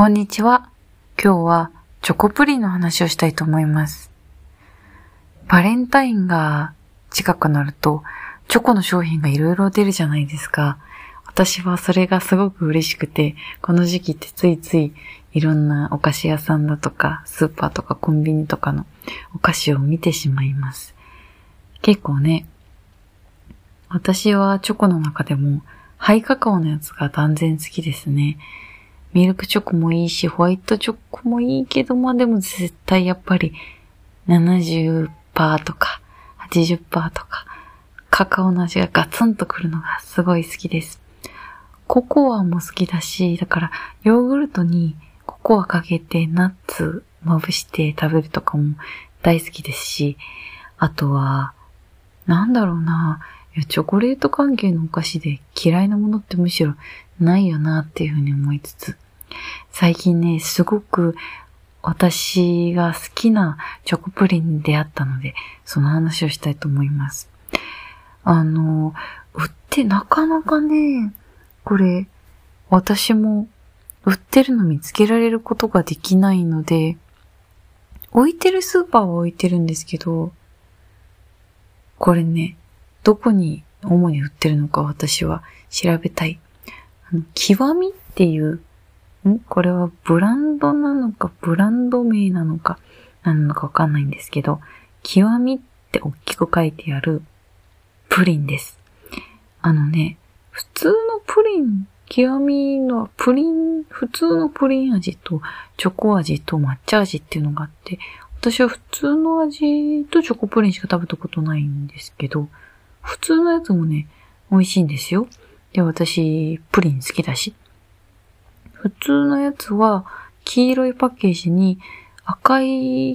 こんにちは。今日はチョコプリンの話をしたいと思います。バレンタインが近くなるとチョコの商品がいろいろ出るじゃないですか。私はそれがすごく嬉しくて、この時期ってついついいろんなお菓子屋さんだとかスーパーとかコンビニとかのお菓子を見てしまいます。結構ね、私はチョコの中でもハイカカオのやつが断然好きですね。ミルクチョコもいいし、ホワイトチョコもいいけど、でも絶対やっぱり 70% とか 80% とかカカオの味がガツンとくるのがすごい好きです。ココアも好きだし、だからヨーグルトにココアかけてナッツまぶして食べるとかも大好きですし、あとはなんだろうな、チョコレート関係のお菓子で嫌いなものってむしろないよなっていうふうに思いつつ、最近ね、すごく私が好きなチョコプリンに出会ったので、その話をしたいと思います。なかなかね、これ、私も売ってるの見つけられることができないので、置いてるスーパーは置いてるんですけど、これね、どこに主に売ってるのか私は調べたい。極みっていう、これはブランドなのかブランド名なのか何なのかわかんないんですけど、極みって大きく書いてあるプリンです。普通のプリン、極みのプリン、普通のプリン味とチョコ味と抹茶味っていうのがあって、私は普通の味とチョコプリンしか食べたことないんですけど、普通のやつもね、美味しいんですよ。で、私、プリン好きだし。普通のやつは、黄色いパッケージに赤い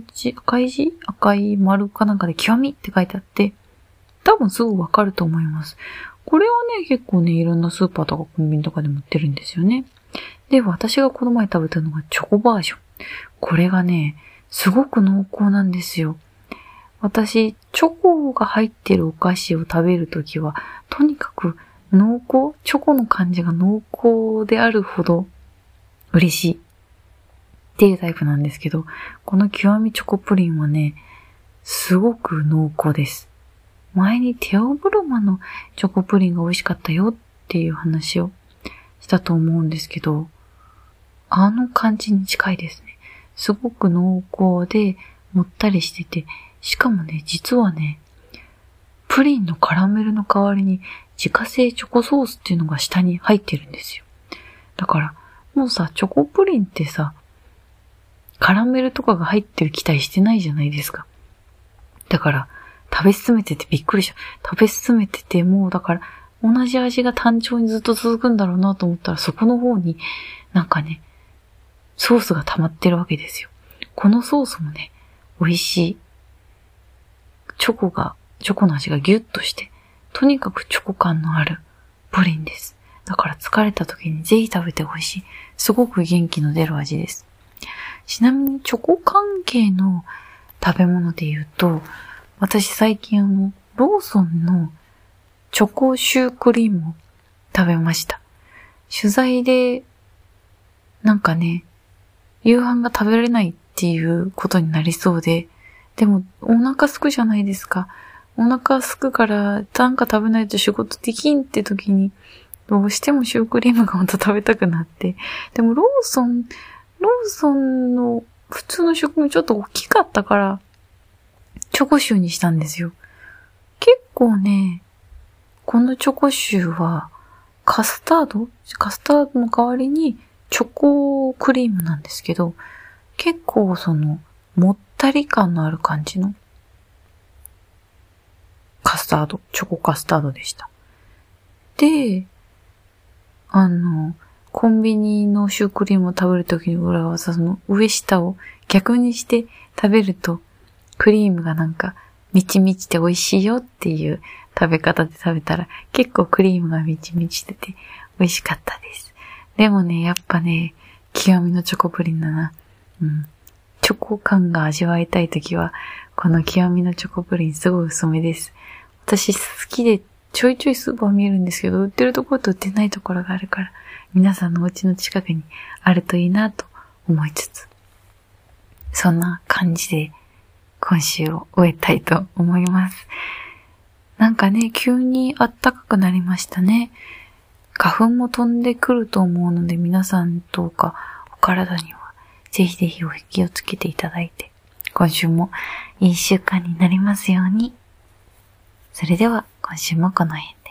丸かなんかで極みって書いてあって、多分すぐわかると思います。これはね、結構ね、いろんなスーパーとかコンビニとかでも売ってるんですよね。で、私がこの前食べたのがチョコバージョン。これがね、すごく濃厚なんですよ。私、チョコが入ってるお菓子を食べるときは、とにかく濃厚、チョコの感じが濃厚であるほど嬉しいっていうタイプなんですけど、この極みチョコプリンはね、すごく濃厚です。前にテオブロマのチョコプリンが美味しかったよっていう話をしたと思うんですけど、あの感じに近いですね。すごく濃厚でもったりしてて、しかもね、実はね、プリンのカラメルの代わりに自家製チョコソースっていうのが下に入ってるんですよ。だから、もうさ、チョコプリンってさ、カラメルとかが入ってる期待してないじゃないですか。だから、食べ進めててびっくりした。食べ進めてて、もうだから、同じ味が単調にずっと続くんだろうなと思ったら、そこの方になんかね、ソースが溜まってるわけですよ。このソースもね、美味しい。チョコの味がギュッとして、とにかくチョコ感のあるプリンです。だから疲れた時にぜひ食べてほしい。すごく元気の出る味です。ちなみにチョコ関係の食べ物で言うと、私最近ローソンのチョコシュークリームを食べました。取材で、なんかね、夕飯が食べられないっていうことになりそうで、でもお腹空くじゃないですか。お腹空くからなんか食べないと仕事できんって時にどうしてもシュークリームがまた食べたくなって。でもローソンの普通のシュークリームちょっと大きかったからチョコシューにしたんですよ。結構ね、このチョコシューはカスタードの代わりにチョコクリームなんですけど、結構もったり感のある感じのチョコカスタードでした。で、コンビニのシュークリームを食べるときに裏はさ、上下を逆にして食べると、クリームがなんか、みちみちで美味しいよっていう食べ方で食べたら、結構クリームがみちみちしてて美味しかったです。でもね、やっぱね、極みのチョコプリンだな。チョコ感が味わいたいときは、この極みのチョコプリンすごいおすすめです。私好きでちょいちょいスーパー見えるんですけど、売ってるところと売ってないところがあるから、 皆さんのお家の近くにあるといいなと思いつつ、そんな感じで今週を終えたいと思います。なんかね、急に暖かくなりましたね。花粉も飛んでくると思うので、皆さんどうかお体にはぜひぜひお気をつけていただいて、今週もいい週間になりますように。それでは今週もこの辺で。